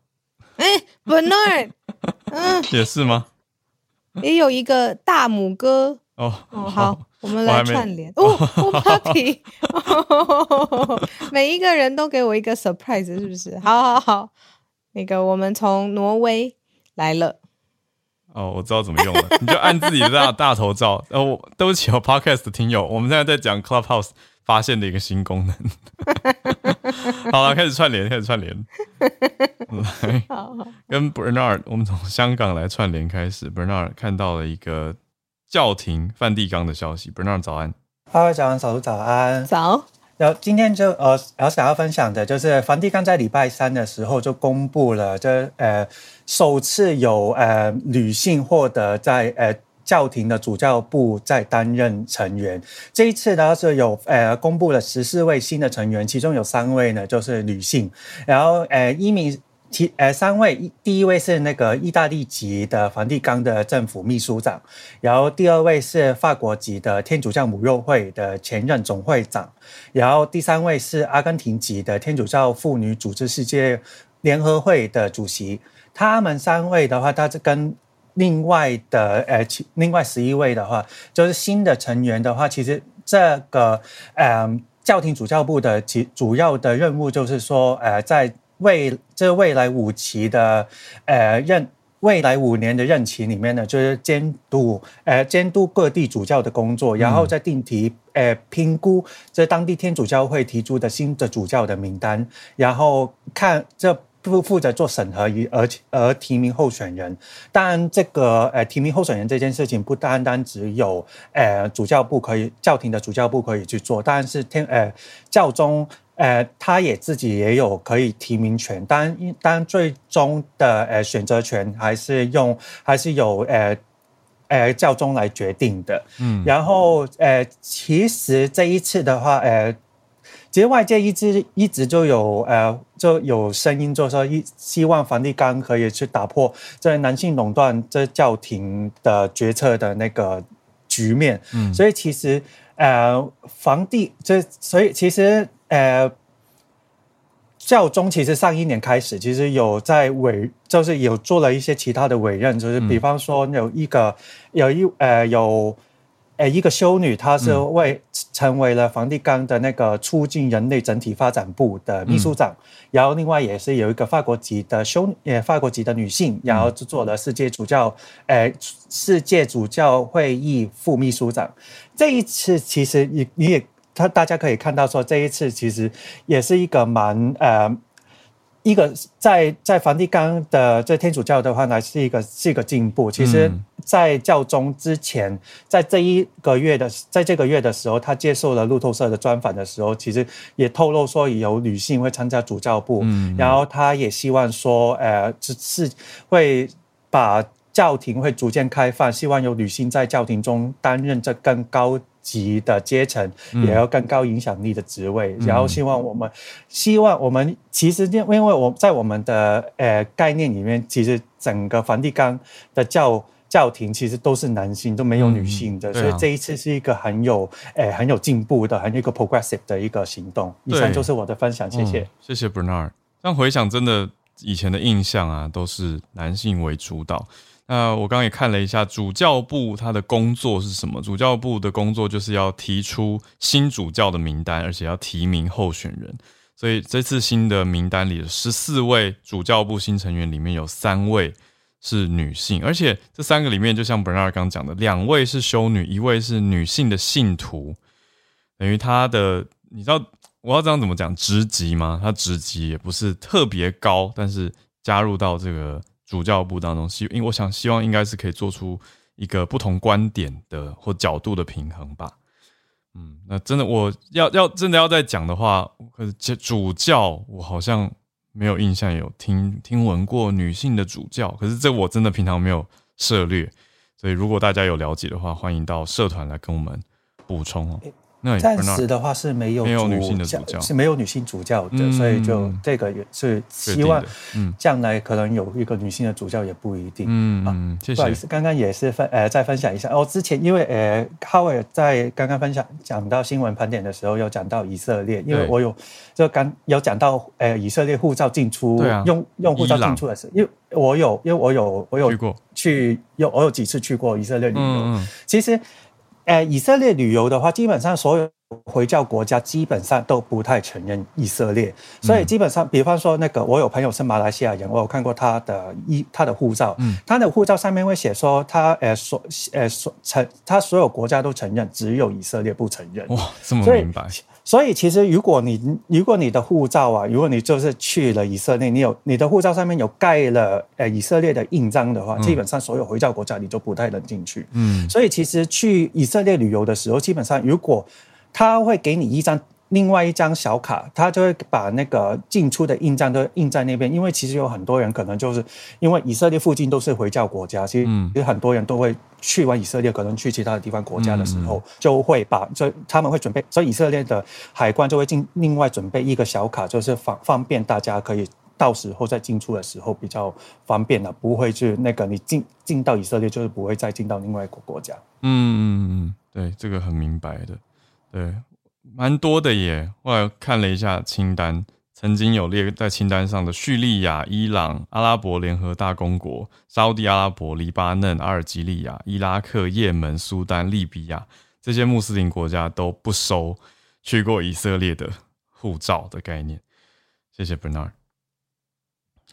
Bernard 也是吗？ 也有一个大拇哥好，我们来串联Party 每一个人都给我一个 surprise 是不是？好，那个我们从挪威来了。 我知道怎么用了，你就按自己的大头照。对不起Podcast 的听友，我们现在在讲 Clubhouse 发现的一个新功能。好了，开始串联。来，跟 Bernard， 我们从香港来串联开始。Bernard 看到了一个叫停梵蒂冈的消息。Bernard 早安。 早安，小鹿早安。 早。 然后今天就想要分享的就是梵蒂冈在礼拜3的时候就公布了首次有女性获得在教廷的主教部在担任成员。这一次呢是有公布了14位新的成员，其中有3位呢就是女性，然后3位，第一位是那个意大利籍的梵蒂冈的政府秘书长，然后第2位是法国籍的天主教母幼会的前任总会长，然后第3位是阿根廷籍的天主教妇女组织世界联合会的主席。他们3位的话，他是跟另外11位的话，就是新的成员的话，其实这个教廷主教部的主要的任务就是说在未来5期的未来5年的任期里面呢，就是监督各地主教的工作，然后再定期评估这当地天主教会提出的新的主教的名单，然后看这负责做审核而提名候选人。当然，这个提名候选人这件事情不单单只有教廷的主教部可以去做，当然是教宗。他自己也有可以提名权，当然最终的选择权还是由教宗来决定的。然后其实这一次的话，其实外界一直就有声音，就是说希望梵蒂冈可以去打破这男性垄断这教廷的决策的那个局面。所以其实教宗其实上1年开始，其实有就是有做了一些其他的委任，就是比方说有一个修女，她是成为了梵蒂冈的那个促进人类整体发展部的秘书长，然后另外也是有一个法国籍的女性，然后就做了世界主教会议副秘书长。这一次其实大家可以看到说，这一次其实也是一个一个在梵蒂冈的这天主教的话呢，是一个进步。其实，在教宗之前，在这个月的时候，他接受了路透社的专访的时候，其实也透露说有女性会参加主教部，然后他也希望说，是会把教廷会逐渐开放，希望有女性在教廷中担任这更高级的阶层，也有更高影响力的职位，然后希望我们其实因为在我们的概念里面，其实整个梵蒂冈的教廷其实都是男性，都没有女性的，所以这一次是一个很有进步的，很有一个 progressive 的一个行动。以上就是我的分享，谢谢。 谢谢 Bernard。这样回想，真的以前的印象啊，都是男性为主导。那我刚刚也看了一下主教部他的工作是什么？主教部的工作就是要提出新主教的名单，而且要提名候选人。所以这次新的名单里的14位主教部新成员里面有3位是女性，而且这3个里面就像 Bernard 刚讲的，2位是修女，1位是女性的信徒，等于他的你知道我要这样怎么讲职级吗？他职级也不是特别高，但是加入到这个主教部当中，因为我希望应该是可以做出一个不同观点的或角度的平衡吧。那真的我真的要再讲的话，可是主教我好像没有印象有听闻过女性的主教，可是这我真的平常没有涉猎，所以如果大家有了解的话，欢迎到社团来跟我们补充哦。 暂时的话是没有女性的主教， 是没有女性主教的，所以就这个也是希望将来可能有一个女性的主教也不一定。 谢谢。 不好意思，刚刚也是再分享一下之前因为Howard 在刚刚讲到新闻盘点的时候有讲到以色列，因为我有讲到以色列护照进出，用护照进出的时候，因为我有几次去过以色列旅游，其实。以色列旅游的话，基本上所有回教国家基本上都不太承认以色列，所以基本上，比方说我有朋友是马来西亚人，我有看过他的护照，他的护照上面会写说他所有国家都承认，只有以色列不承认。 哇，这么明白。 所以其实如果你的护照啊，如果你就是去了以色列，你的护照上面有盖了以色列的印章的话，基本上所有回教国家你都不太能进去。所以其实去以色列旅游的时候，基本上如果他会给你另外一张小卡，他就会把那个进出的印章都印在那边，因为其实有很多人可能就是因为以色列附近都是回教国家，其实很多人都会去完以色列，可能去其他的地方国家的时候，就他们会准备，所以以色列的海关就会另外准备一个小卡，就是方便大家可以到时候在进出的时候比较方便了，不会去你进到以色列就是不会再进到另外一个国家。 对，这个很明白的，对。蛮多的耶，后来看了一下清单，曾经有列在清单上的叙利亚、伊朗、阿拉伯联合大公国、沙地阿拉伯、黎巴嫩、阿尔及利亚、伊拉克、也门、苏丹、利比亚，这些穆斯林国家都不收去过以色列的护照的概念。谢谢 Bernard。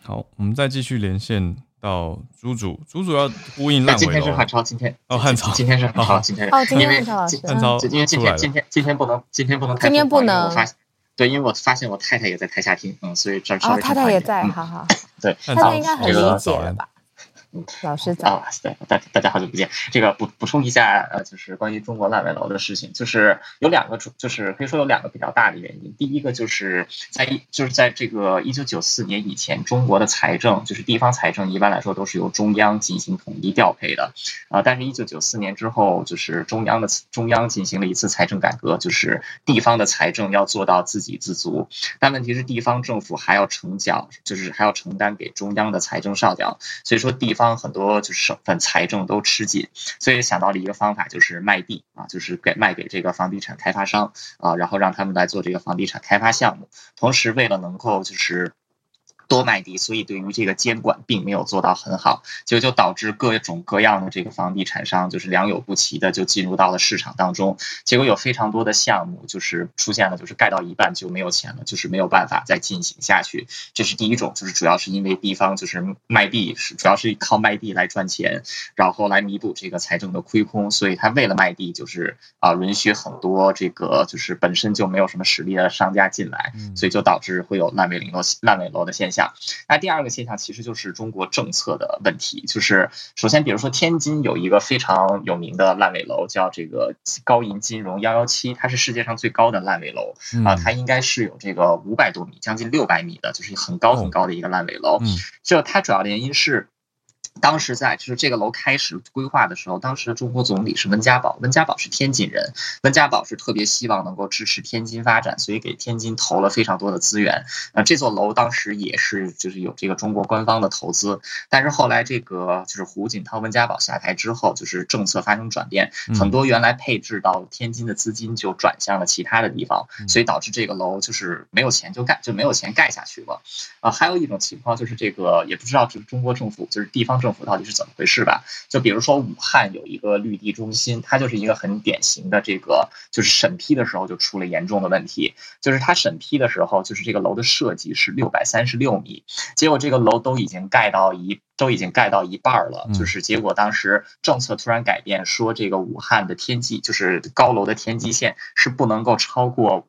好，我们再继续连线到猪主要呼应烂尾楼。 今天是汉超，今天汉超， 今天是汉超，今天因为汉超， 因为今天不能太疯狂，因为我发现我太太也在台下听，所以这稍微太太也在，好， 对， 太太应该很理解了吧？老师早对，大家好久不见。这个补充一下，就是关于中国烂尾楼的事情，就是有两个，就是可以说有两个比较大的原因。第一个就是在这个1994年以前，中国的财政就是地方财政一般来说都是由中央进行统一调配的，但是1994年之后，就是中央进行了一次财政改革，就是地方的财政要做到自给自足，但问题是地方政府还要承担给中央的财政上缴，所以说地方很多就是省份财政都吃紧，所以想到了一个方法，就是卖地就是卖给这个房地产开发商然后让他们来做这个房地产开发项目，同时为了能够就是多卖地，所以对于这个监管并没有做到很好，就导致各种各样的这个房地产商就是良莠不齐的就进入到了市场当中，结果有非常多的项目就是出现了，就是盖到一半就没有钱了，就是没有办法再进行下去。这是第一种，就是主要是因为地方就是卖地主要是靠卖地来赚钱，然后来弥补这个财政的亏空，所以他为了卖地就是允许很多这个就是本身就没有什么实力的商家进来，所以就导致会有烂尾楼的现象。那第二个现象其实就是中国政策的问题，就是首先比如说天津有一个非常有名的烂尾楼叫这个高银金融117，它是世界上最高的烂尾楼它应该是有这个500多米将近600米的，就是很高很高的一个烂尾楼。就它主要的原因是当时就是这个楼开始规划的时候，当时的中国总理是温家宝是天津人，温家宝是特别希望能够支持天津发展，所以给天津投了非常多的资源。这座楼当时也是就是有这个中国官方的投资，但是后来这个就是胡锦涛温家宝下台之后，就是政策发生转变，很多原来配置到天津的资金就转向了其他的地方，所以导致这个楼就是没有钱就没有钱盖下去了。还有一种情况就是这个也不知道这个中国政府就是地方政府到底是怎么回事吧？就比如说武汉有一个绿地中心，它就是一个很典型的这个就是审批的时候就出了严重的问题，就是它审批的时候就是这个楼的设计是636米，结果这个楼都已经盖到一半了，就是结果当时政策突然改变，说这个武汉的天际就是高楼的天际线是不能够超过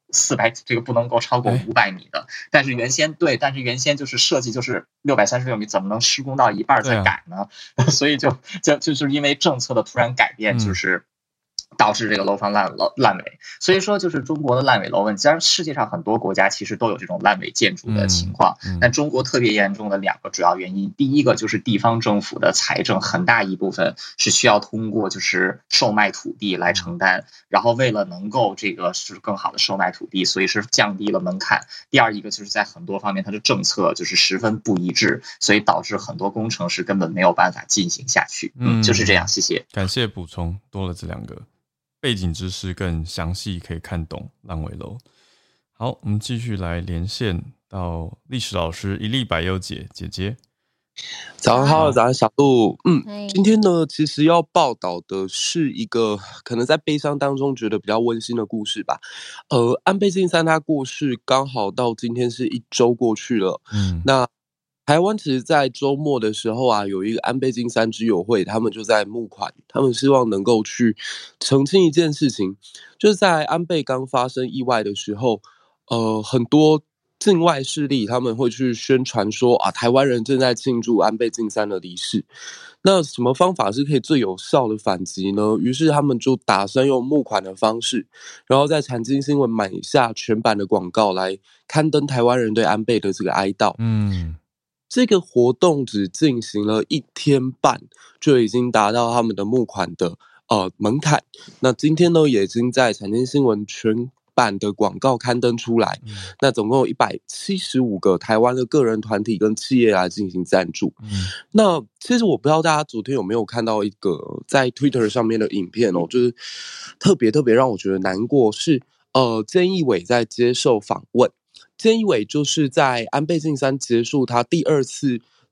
500米的，但是原先就是设计就是636米，怎么能施工到一半再改呢？所以就是因为政策的突然改变，就是导致这个楼房烂尾。所以说就是中国的烂尾楼问题，当然世界上很多国家其实都有这种烂尾建筑的情况，但中国特别严重的两个主要原因，第一个就是地方政府的财政很大一部分是需要通过就是售卖土地来承担，然后为了能够这个是更好的售卖土地，所以是降低了门槛。第二一个就是在很多方面它的政策就是十分不一致，所以导致很多工程是根本没有办法进行下去。就是这样，谢谢。 感谢补充，多了这两个背景知识更详细，可以看懂烂尾楼。好，我们继续来连线到历史老师一粒百优姐姐。 早上好，早上小鹿。今天呢，其实要报道的是一个可能在悲伤当中觉得比较温馨的故事吧。安倍晋三他过世，刚好到今天是1周过去了。那台湾其实在周末的时候啊，有一个安倍晋三之友会，他们就在募款，他们希望能够去澄清一件事情，就是在安倍刚发生意外的时候，很多境外势力他们会去宣传说台湾人正在庆祝安倍晋三的离世。那什么方法是可以最有效的反击呢？于是他们就打算用募款的方式，然后在财经新闻买下全版的广告来刊登台湾人对安倍的这个哀悼。这个活动只进行了1天半，就已经达到他们的募款的门槛。那今天呢，也已经在财经新闻全版的广告刊登出来。那总共有175个台湾的个人团体跟企业来进行赞助。那其实我不知道大家昨天有没有看到一个在 Twitter 上面的影片就是特别让我觉得难过，是菅义伟在接受访问。菅义伟就是在安倍晋三结束他第2次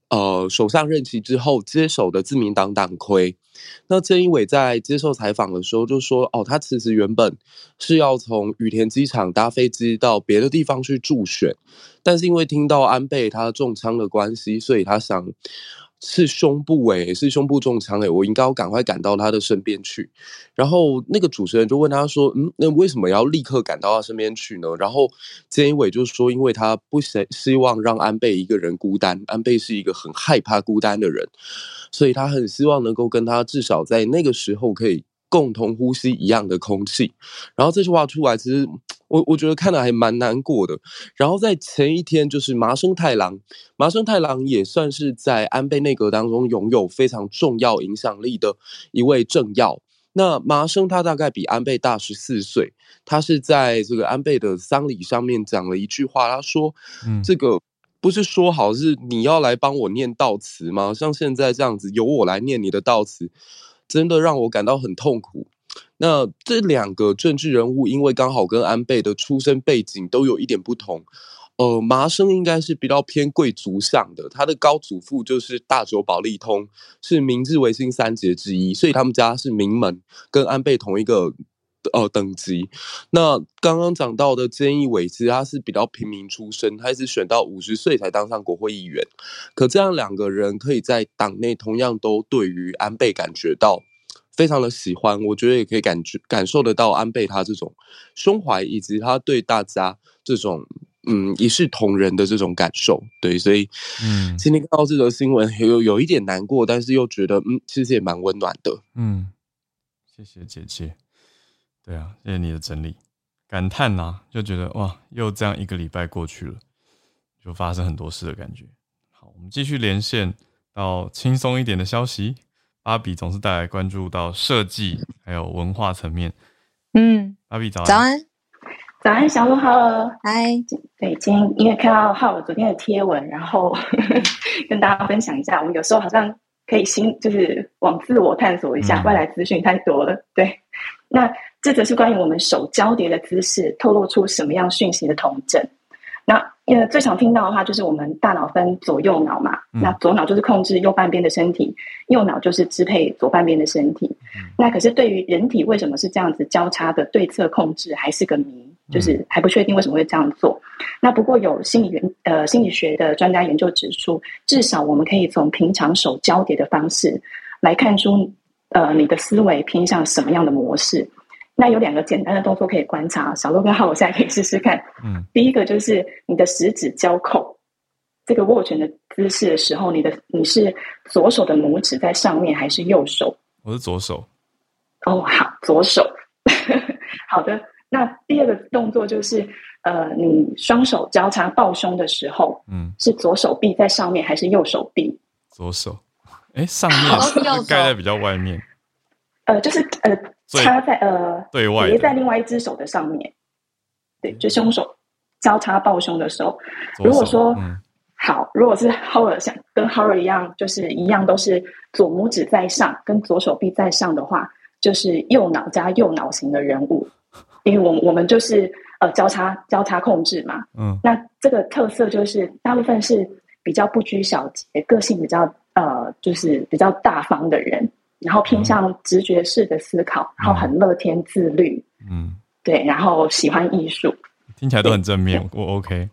首相任期之后接手的自民党党魁。那菅义伟在接受采访的时候就说，他其实原本是要从羽田机场搭飞机到别的地方去助选，但是因为听到安倍他中枪的关系，所以他想是胸部中枪我应该要赶快赶到他的身边去。然后那个主持人就问他说，那为什么要立刻赶到他身边去呢？然后菅义伟就说，因为他不希望让安倍一个人孤单，安倍是一个很害怕孤单的人，所以他很希望能够跟他至少在那个时候可以共同呼吸一样的空气。然后这句话出来，其实我觉得看得还蛮难过的。然后在前一天，就是麻生太郎也算是在安倍内阁当中拥有非常重要影响力的一位政要。那麻生他大概比安倍大14岁，他是在这个安倍的丧礼上面讲了一句话，他说，这个不是说好是你要来帮我念悼词吗？像现在这样子由我来念你的悼词，真的让我感到很痛苦。那这两个政治人物因为刚好跟安倍的出身背景都有一点不同，麻生应该是比较偏贵族向的，他的高祖父就是大久保利通，是明治维新三杰之一，所以他们家是名门，跟安倍同一个等级。那刚刚讲到的菅义伟，其实他是比较平民出身，他一直选到50岁才当上国会议员。可这样两个人可以在党内同样都对于安倍感觉到非常的喜欢，我觉得也可以感受得到安倍他这种胸怀，以及他对大家这种一视同仁的这种感受。对，所以今天看到这则新闻有一点难过，但是又觉得其实也蛮温暖的。 谢谢姐姐。对啊，谢谢你的整理。感叹啊，就觉得哇，又这样一个礼拜过去了，就发生很多事的感觉。好，我们继续连线到轻松一点的消息。芭比总是带来关注到设计还有文化层面。芭比早安。 早安，小鹿好， 嗨。 对，今天因为看到浩昨天的贴文，然后跟大家分享一下，我们有时候好像可以就是往自我探索一下，外来资讯太多了。对，那这则是关于我们手交叠的姿势透露出什么样讯息的统整。那最常听到的话就是我们大脑分左右脑嘛，那左脑就是控制右半边的身体，右脑就是支配左半边的身体。那可是对于人体为什么是这样子交叉的对侧控制还是个谜，就是还不确定为什么会这样做。那不过有心理学的专家研究指出，至少我们可以从平常手交叠的方式来看出你的思维偏向什么样的模式。那有2个简单的动作可以观察，小鹿跟浩我现在可以试试看。第一个就是你的食指交扣，这个握拳的姿势的时候，你是左手的拇指在上面还是右手？ 我是左手。 好，左手。好的，那第2个动作就是你双手交叉抱胸的时候，是左手臂在上面还是右手臂？ 左手。上面是盖在比较外面。 就是插在对外叠在另外一只手的上面。对，就胸手交叉抱胸的时候，如果说好，如果是 Howard 想跟 Howard 一样，就是一样都是左拇指在上跟左手臂在上的话，就是右脑加右脑型的人物。因为我们就是交叉控制嘛。那这个特色就是大部分是比较不拘小节，个性比较就是比较大方的人，然后偏向直觉式的思考，然后很乐天自律。对，然后喜欢艺术。 听起来都很正面，我 OK。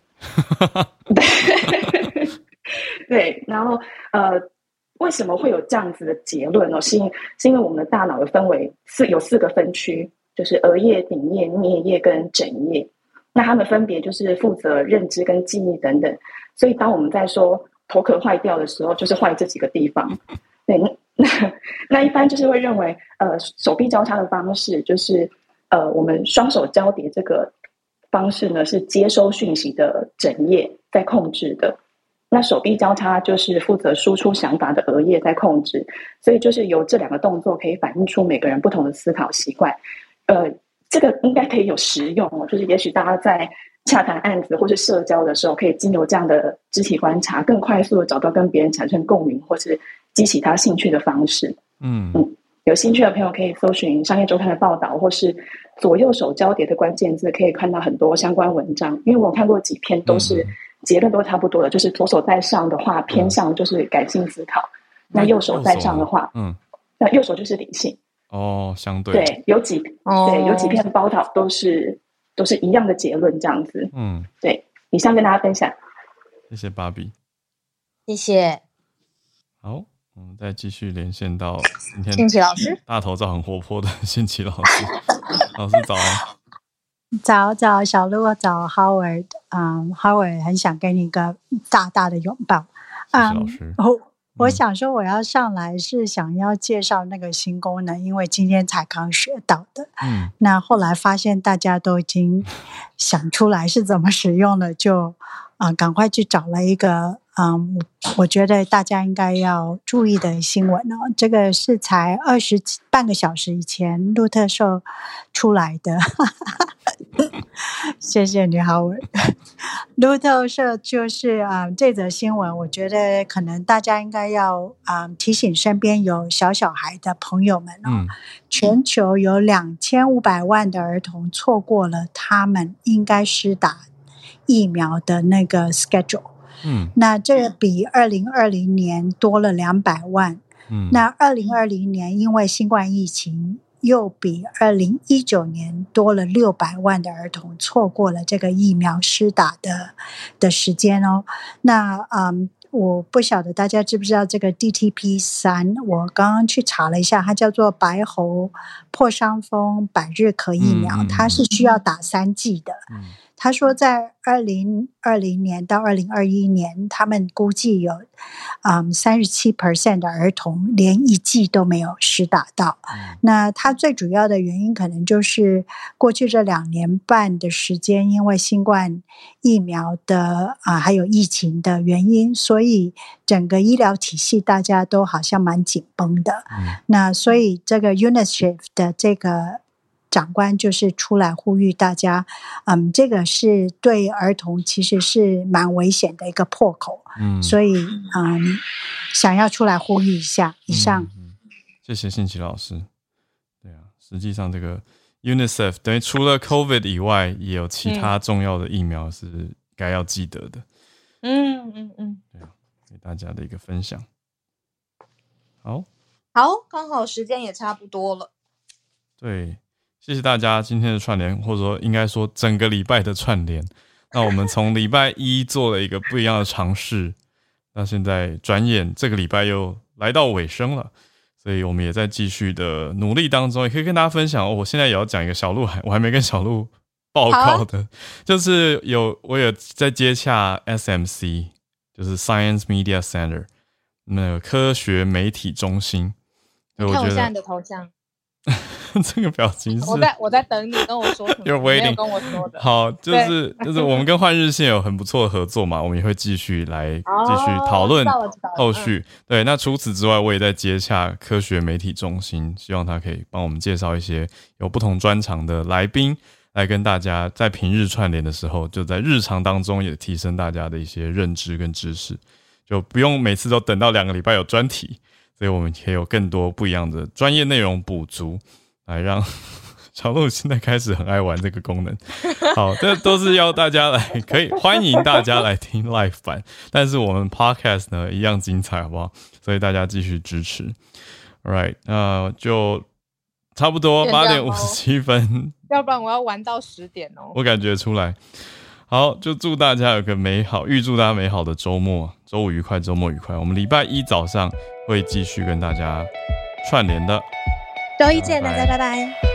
对，然后为什么会有这样子的结论呢？是因为我们的大脑有分为有4个分区，就是额叶、顶叶、颞叶跟枕叶。那它们分别就是负责认知跟记忆等等。所以当我们在说头壳坏掉的时候，就是坏这几个地方。对，那一般就是会认为手臂交叉的方式就是我们双手交叠这个方式呢是接收讯息的枕叶在控制的，那手臂交叉就是负责输出想法的额叶在控制。所以就是由这2个动作可以反映出每个人不同的思考习惯。这个应该可以有实用哦，就是也许大家在洽谈案子或是社交的时候，可以经由这样的肢体观察，更快速的找到跟别人产生共鸣或是激起他兴趣的方式。有兴趣的朋友可以搜寻商业周刊的报道，或是左右手交叠的关键字，可以看到很多相关文章。因为我看过几篇都是结论都差不多的，就是左手在上的话偏向就是感性思考，那右手在上的话，那右手就是理性。 相对对，有几篇报道都是一样的结论这样子。对，以上跟大家分享。 谢谢芭比， 谢谢。 好，我们再继续连线到今天信奇老师， 大头照很活泼的信奇老师。老师早安。早，小鹿，早 Howard。Howard 很想给你一个大大的拥抱。 谢谢老师。 我想说我要上来是想要介绍那个新功能，因为今天才刚学到的。那后来发现大家都已经想出来是怎么使用了，就赶快去找了一个我觉得大家应该要注意的新闻哦。这个是才半个小时以前路透社出来的。谢谢你好，路透社就是这则新闻，我觉得可能大家应该要提醒身边有小孩的朋友们哦。全球有2500万的儿童错过了他们应该施打疫苗的那个 schedule。那这个比2020年多了200万。那2020年因为新冠疫情又比2019年多了600万的儿童错过了这个疫苗施打的时间哦。那我不晓得大家知不知道这个 DTP3， 我刚刚去查了一下，它叫做白喉破伤风百日咳疫苗，它是需要打3剂的。他说在2020年到2021年，他们估计有37% 的儿童连1剂都没有施打到。那他最主要的原因可能就是过去这2年半的时间，因为新冠疫苗的还有疫情的原因，所以整个医疗体系大家都好像蛮紧绷的。那所以这个 UNICEF 的这个长官就是出来呼吁大家，这个是对儿童其实是蛮危险的一个破口。所以想要出来呼吁一下。以上。 谢谢信奇老师。对啊，实际上这个 UNICEF 等于除了 COVID 以外，也有其他重要的疫苗是该要记得的。对啊，给大家的一个分享。好， 刚好时间也差不多了。 对。谢谢大家今天的串联，或者说应该说整个礼拜的串联。那我们从礼拜一做了一个不一样的尝试，那现在转眼这个礼拜又来到尾声了，所以我们也在继续的努力当中，也可以跟大家分享。我现在也要讲一个小鹿，我还没跟小鹿报告的，就是我有在接洽 SMC， 就是 Science Media Center， 那个科学媒体中心。 你看我现在的头像。 这个表情是我在等你跟我说什么。 You're waiting， 没有跟我说的。 好，就是我们跟换日线有很不错的合作嘛，我们也会继续讨论后续。对，那除此之外，我也在接洽科学媒体中心，希望他可以帮我们介绍一些有不同专长的来宾，来跟大家在平日串联的时候，就在日常当中也提升大家的一些认知跟知识，就不用每次都等到2个礼拜有专题。所以我们可以有更多不一样的专业内容补足，来让小鹿现在开始很爱玩这个功能。好，这都是要大家来，可以欢迎大家来听 live 版，但是我们 podcast 呢一样精彩，好不好？所以大家继续支持。Alright， 就差不多8点57分， 要不然我要玩到10点哦。 我感觉出来。好，就祝大家有个预祝大家美好的周末，周五愉快，周末愉快。我们礼拜一早上会继续跟大家串联的。 周一见，大家拜拜。